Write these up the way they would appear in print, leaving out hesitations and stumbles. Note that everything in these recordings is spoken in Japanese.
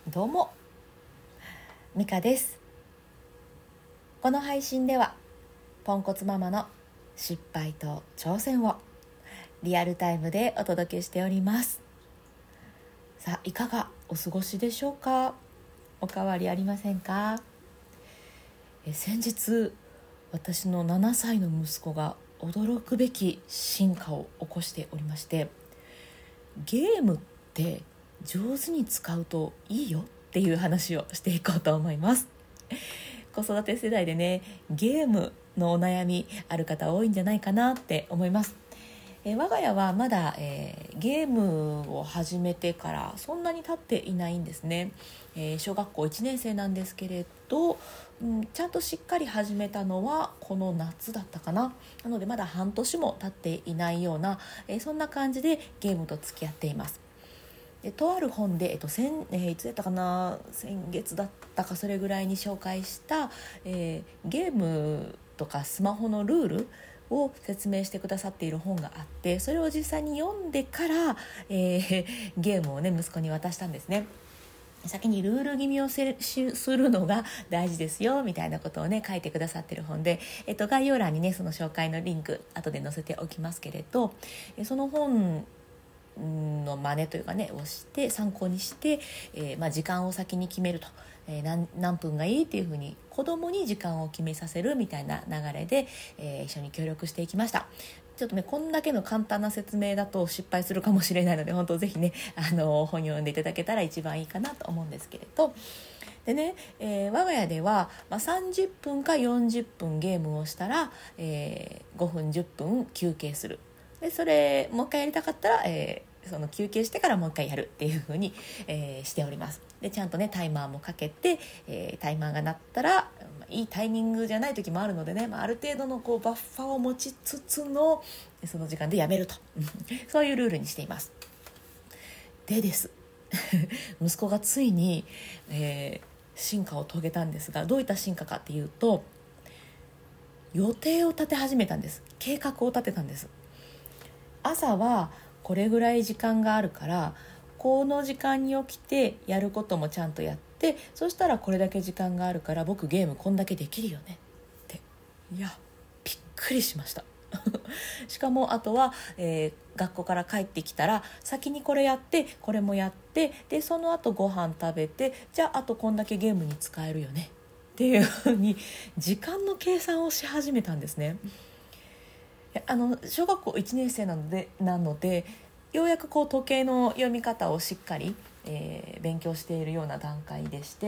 どうも、ミカです。この配信ではポンコツママの失敗と挑戦をリアルタイムでお届けしております。さあ、いかがお過ごしでしょうか？お変わりありませんか？先日、私の7歳の息子が驚くべき進化を起こしておりまして、ゲームって上手に使うといいよっていう話をしていこうと思います。子育て世代でね、ゲームのお悩みある方多いんじゃないかなって思います。我が家はまだ、ゲームを始めてからそんなに経っていないんですね。小学校1年生なんですけれど、ちゃんとしっかり始めたのはこの夏だったかな。なのでまだ半年も経っていないような、そんな感じでゲームと付き合っています。とある本で、いつやったかな、先月だったかそれぐらいに紹介した、ゲームとかスマホのルールを説明してくださっている本があって、それを実際に読んでから、ゲームをね息子に渡したんですね。先にルール決めをするのが大事ですよみたいなことをね書いてくださってる本で、概要欄にねその紹介のリンク後で載せておきますけれど、その本の真似というかねをして参考にして、時間を先に決めると、何分がいいっていうふうに子供に時間を決めさせるみたいな流れで、一緒に協力していきました。ちょっとねこんだけの簡単な説明だと失敗するかもしれないので、本当ぜひね本読んでいただけたら一番いいかなと思うんですけれど、でね、我が家では、30分か40分ゲームをしたら、5分10分休憩する。でそれもう一回やりたかったら、その休憩してからもう一回やるっていう風に、しております。でちゃんとねタイマーもかけて、タイマーが鳴ったら、いいタイミングじゃない時もあるのでね、ある程度のこうバッファーを持ちつつのその時間でやめるとそういうルールにしています。でです息子がついに、進化を遂げたんですが、どういった進化かっていうと、予定を立て始めたんです。計画を立てたんです。朝はこれぐらい時間があるからこの時間に起きてやることもちゃんとやって、そしたらこれだけ時間があるから僕ゲームこんだけできるよねって。いやびっくりしましたしかもあとは、学校から帰ってきたら先にこれやってこれもやって、でその後ご飯食べて、じゃああとこんだけゲームに使えるよねっていうふうに時間の計算をし始めたんですね。小学校1年生なのでようやくこう時計の読み方をしっかり、勉強しているような段階でして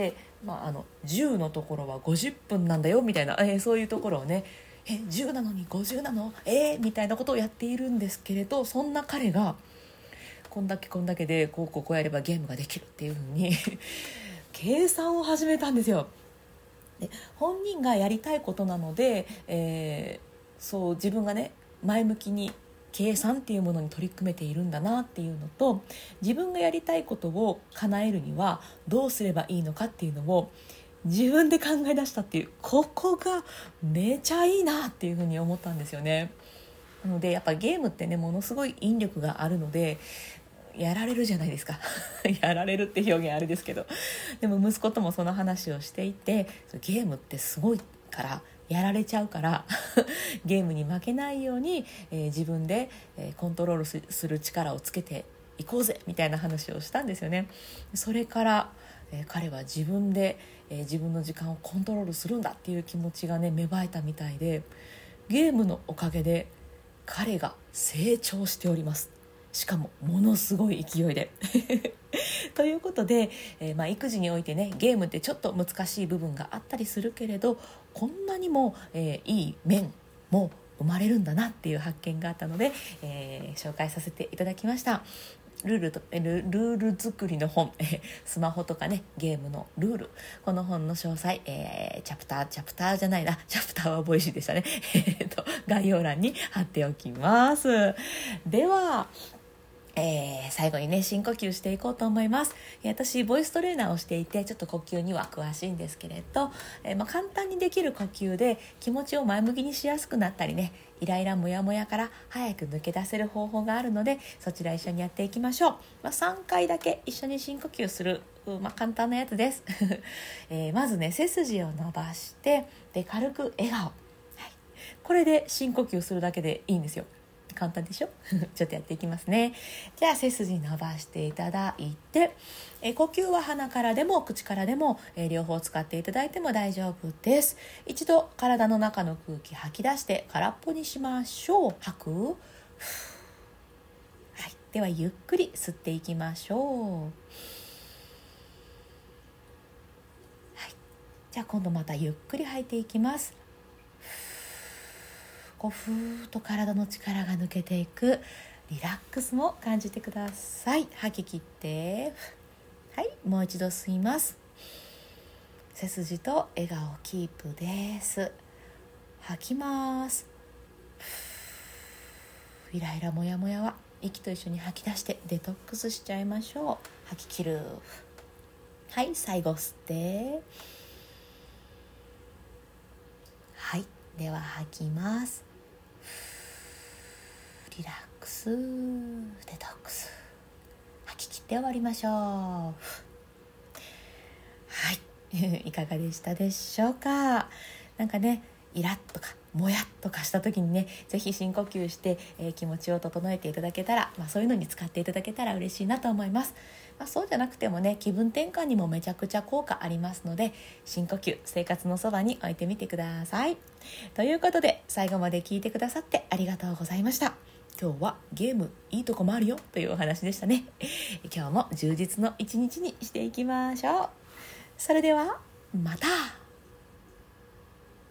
、10のところは50分なんだよみたいな、そういうところをね、10なのに50なのみたいなことをやっているんですけれど、そんな彼がこんだけでこうやればゲームができるっていう風に計算を始めたんですよ。で本人がやりたいことなので、そう自分がね前向きに計算っていうものに取り組めているんだなっていうのと、自分がやりたいことを叶えるにはどうすればいいのかっていうのを自分で考え出したっていう、ここがめちゃいいなっていうふうに思ったんですよね。なのでやっぱゲームってねものすごい引力があるのでやられるじゃないですかやられるって表現あれですけど、でも息子ともその話をしていて、ゲームってすごいからやられちゃうからゲームに負けないように、自分で、コントロールする力をつけていこうぜみたいな話をしたんですよね。それから、彼は自分で、自分の時間をコントロールするんだっていう気持ちがね芽生えたみたいで、ゲームのおかげで彼が成長しております。しかもものすごい勢いでということで、育児においてねゲームってちょっと難しい部分があったりするけれど、こんなにも、いい面も生まれるんだなっていう発見があったので、紹介させていただきました。ルール作りの本、スマホとかねゲームのルール、この本の詳細、チャプターじゃないな、チャプターはボイシーでしたね概要欄に貼っておきます。では最後にね深呼吸していこうと思います。私ボイストレーナーをしていてちょっと呼吸には詳しいんですけれど、簡単にできる呼吸で気持ちを前向きにしやすくなったりね、イライラモヤモヤから早く抜け出せる方法があるので、そちら一緒にやっていきましょう。3回だけ一緒に深呼吸する、簡単なやつです、まずね背筋を伸ばして、で軽く笑顔、これで深呼吸するだけでいいんですよ。簡単でしょちょっとやっていきますね。じゃあ背筋伸ばしていただいて、呼吸は鼻からでも口からでも、両方使っていただいても大丈夫です。一度体の中の空気吐き出して空っぽにしましょう。吐く。はい、ではゆっくり吸っていきましょう。はい、じゃあ今度またゆっくり吐いていきます。ふーっと体の力が抜けていくリラックスも感じてください。吐き切って、はい、もう一度吸います。背筋と笑顔キープです。吐きます。イライラモヤモヤは息と一緒に吐き出してデトックスしちゃいましょう。吐き切る。はい、最後吸って、はい、では吐きます。リラックス、デトックス、吐き切って終わりましょう。はいいかがでしたでしょうか。なんかね、イラッとかもやっとかした時にね、ぜひ深呼吸して、気持ちを整えていただけたら、そういうのに使っていただけたら嬉しいなと思います。そうじゃなくてもね、気分転換にもめちゃくちゃ効果ありますので、深呼吸生活のそばに置いてみてください。ということで、最後まで聞いてくださってありがとうございました。今日はゲームいいとこもあるよというお話でしたね。今日も充実の一日にしていきましょう。それではまた。